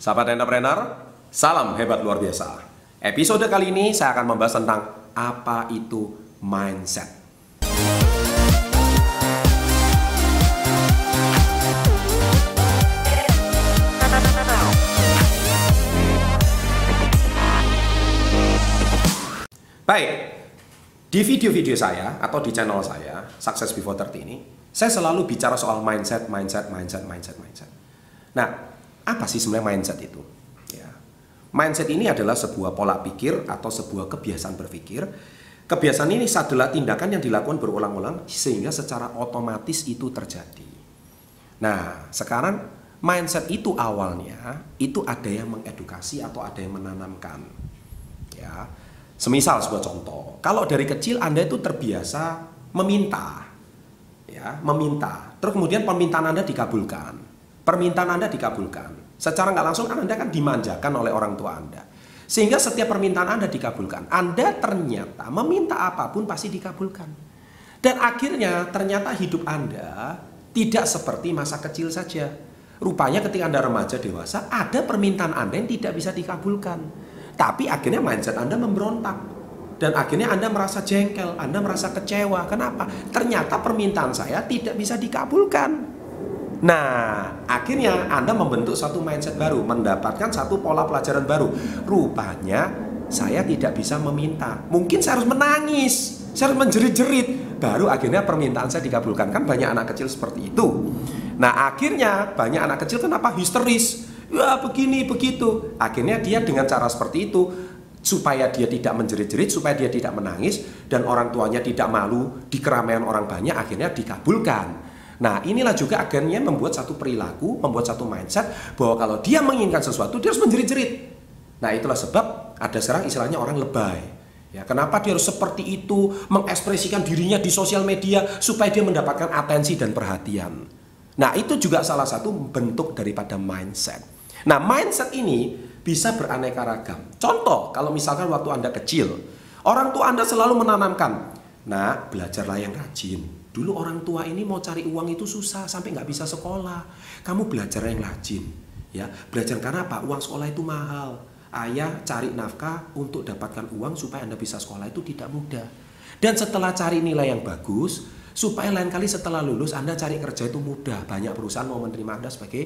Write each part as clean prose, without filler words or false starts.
Sahabat entrepreneur, salam hebat luar biasa. Episode kali ini saya akan membahas tentang apa itu mindset. Baik, di video-video saya atau di channel saya, Success Before 30 ini, saya selalu bicara soal mindset. Nah, apa sih sebenarnya mindset itu? Ya. Mindset ini adalah sebuah pola pikir atau sebuah kebiasaan berpikir. Kebiasaan ini adalah tindakan yang dilakukan berulang-ulang sehingga secara otomatis itu terjadi. Nah, sekarang mindset itu awalnya itu ada yang mengedukasi atau ada yang menanamkan. Ya. Semisal sebuah contoh, kalau dari kecil Anda itu terbiasa meminta, ya, meminta, terus kemudian permintaan Anda dikabulkan, permintaan Anda dikabulkan, secara nggak langsung Anda kan dimanjakan oleh orang tua Anda, sehingga setiap permintaan Anda dikabulkan, Anda ternyata meminta apapun pasti dikabulkan, dan akhirnya ternyata hidup Anda tidak seperti masa kecil saja. Rupanya ketika Anda remaja dewasa, ada permintaan Anda yang tidak bisa dikabulkan. Tapi akhirnya mindset Anda memberontak. Dan akhirnya Anda merasa jengkel, Anda merasa kecewa. Kenapa? Ternyata permintaan saya tidak bisa dikabulkan. Nah, akhirnya Anda membentuk satu mindset baru, mendapatkan satu pola pelajaran baru. Rupanya saya tidak bisa meminta. Mungkin saya harus menangis, saya harus menjerit-jerit, baru akhirnya permintaan saya dikabulkan. Kan banyak anak kecil seperti itu. Nah, akhirnya banyak anak kecil kenapa histeris? Ya begini begitu. Akhirnya dia dengan cara seperti itu, supaya dia tidak menjerit-jerit, supaya dia tidak menangis, dan orang tuanya tidak malu di keramaian orang banyak, akhirnya dikabulkan. Nah, inilah juga akhirnya membuat satu perilaku, membuat satu mindset bahwa kalau dia menginginkan sesuatu, dia harus menjerit-jerit. Nah, itulah sebab ada sekarang istilahnya orang lebay. Ya, kenapa dia harus seperti itu, mengekspresikan dirinya di sosial media supaya dia mendapatkan atensi dan perhatian. Nah, itu juga salah satu bentuk daripada mindset. Nah, mindset ini bisa beraneka ragam. Contoh, kalau misalkan waktu Anda kecil, orang tua Anda selalu menanamkan, nah, belajarlah yang rajin. Dulu orang tua ini mau cari uang itu susah, sampai nggak bisa sekolah. Kamu belajar yang rajin. Ya, belajar karena apa? Uang sekolah itu mahal. Ayah cari nafkah untuk dapatkan uang supaya Anda bisa sekolah itu tidak mudah. Dan setelah cari nilai yang bagus, supaya lain kali setelah lulus Anda cari kerja itu mudah. Banyak perusahaan mau menerima Anda sebagai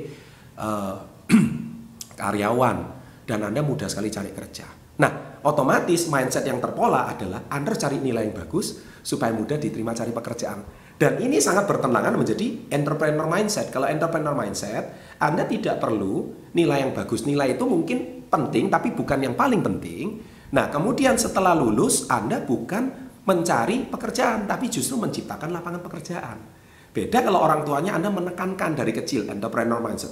karyawan, dan Anda mudah sekali cari kerja. Nah, otomatis mindset yang terpola adalah Anda cari nilai yang bagus supaya mudah diterima cari pekerjaan. Dan ini sangat bertentangan menjadi entrepreneur mindset. Kalau entrepreneur mindset, Anda tidak perlu nilai yang bagus. Nilai itu mungkin penting, tapi bukan yang paling penting. Nah, kemudian setelah lulus, Anda bukan mencari pekerjaan, tapi justru menciptakan lapangan pekerjaan. Beda kalau orang tuanya Anda menekankan dari kecil, entrepreneur mindset.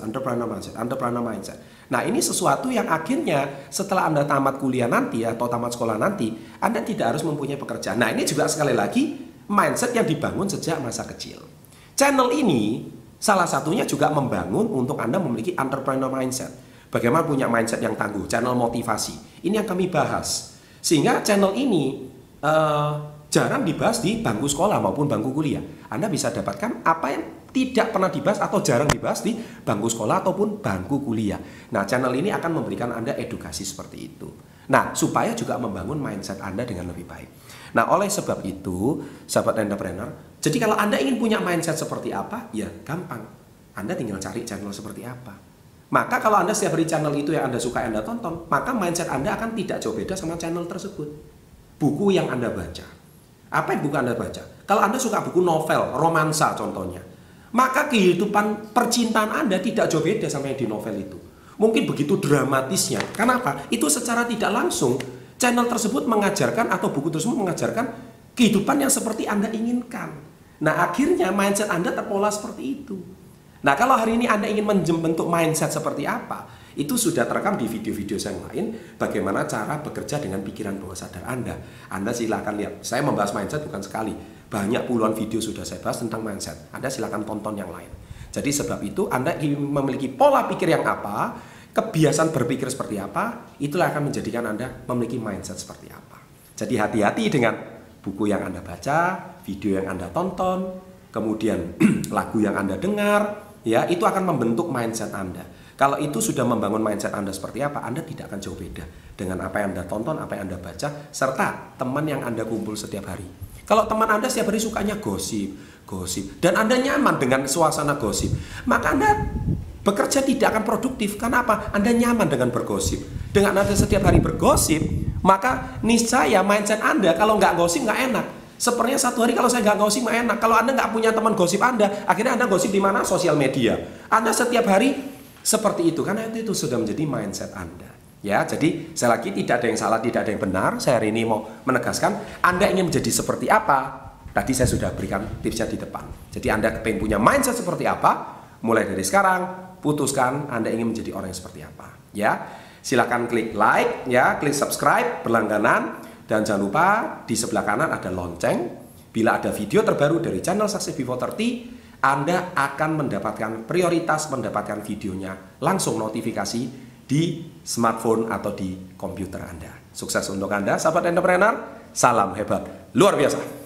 Nah, ini sesuatu yang akhirnya setelah Anda tamat kuliah nanti atau tamat sekolah nanti, Anda tidak harus mempunyai pekerjaan. Nah, ini juga sekali lagi mindset yang dibangun sejak masa kecil. Channel ini salah satunya juga membangun untuk Anda memiliki entrepreneur mindset. Bagaimana punya mindset yang tangguh, channel motivasi. Ini yang kami bahas. Sehingga channel ini jarang dibahas di bangku sekolah maupun bangku kuliah. Anda bisa dapatkan apa yang tidak pernah dibahas atau jarang dibahas di bangku sekolah ataupun bangku kuliah. Nah, channel ini akan memberikan Anda edukasi seperti itu. Nah, supaya juga membangun mindset Anda dengan lebih baik. Nah, oleh sebab itu, sahabat entrepreneur, jadi kalau Anda ingin punya mindset seperti apa, ya gampang. Anda tinggal cari channel seperti apa. Maka kalau Anda setiap hari channel itu yang Anda suka Anda tonton, maka mindset Anda akan tidak jauh beda sama channel tersebut. Buku yang Anda baca. Apa yang buku Anda baca? Kalau Anda suka buku novel, romansa contohnya, maka kehidupan percintaan Anda tidak jauh beda sama yang di novel itu. Mungkin begitu dramatisnya. Kenapa? Itu secara tidak langsung channel tersebut mengajarkan atau buku tersebut mengajarkan kehidupan yang seperti Anda inginkan. Nah, akhirnya mindset Anda terpola seperti itu. Nah, kalau hari ini Anda ingin membentuk mindset seperti apa? Itu sudah terekam di video-video saya yang lain, bagaimana cara bekerja dengan pikiran bawah sadar Anda. Anda silakan lihat, saya membahas mindset bukan sekali, banyak puluhan video sudah saya bahas tentang mindset. Anda silakan tonton yang lain. Jadi sebab itu Anda ingin memiliki pola pikir yang apa, kebiasaan berpikir seperti apa, itulah akan menjadikan Anda memiliki mindset seperti apa. Jadi hati-hati dengan buku yang Anda baca, video yang Anda tonton, kemudian lagu yang Anda dengar, ya, itu akan membentuk mindset Anda. Kalau itu sudah membangun mindset Anda seperti apa, Anda tidak akan jauh beda dengan apa yang Anda tonton, apa yang Anda baca, serta teman yang Anda kumpul setiap hari. Kalau teman Anda setiap hari sukanya gosip, dan Anda nyaman dengan suasana gosip, maka Anda bekerja tidak akan produktif. Kenapa? Anda nyaman dengan bergosip. Dengan Anda setiap hari bergosip, maka niscaya mindset Anda kalau nggak gosip nggak enak. Sepertinya satu hari kalau saya nggak gosip nggak enak. Kalau Anda nggak punya teman gosip Anda, akhirnya Anda gosip di mana? Sosial media. Anda setiap hari seperti itu, karena itu sudah menjadi mindset Anda. Ya, jadi sekali lagi tidak ada yang salah, tidak ada yang benar. Saya hari ini mau menegaskan, Anda ingin menjadi seperti apa? Tadi saya sudah berikan tipsnya di depan. Jadi Anda pengen punya mindset seperti apa? Mulai dari sekarang, putuskan Anda ingin menjadi orang yang seperti apa. Ya, silakan klik like, ya, klik subscribe, berlangganan. Dan jangan lupa di sebelah kanan ada lonceng. Bila ada video terbaru dari channel Success Before 30, Anda akan mendapatkan prioritas mendapatkan videonya langsung notifikasi di smartphone atau di komputer Anda. Sukses untuk Anda, sahabat entrepreneur. Salam hebat luar biasa.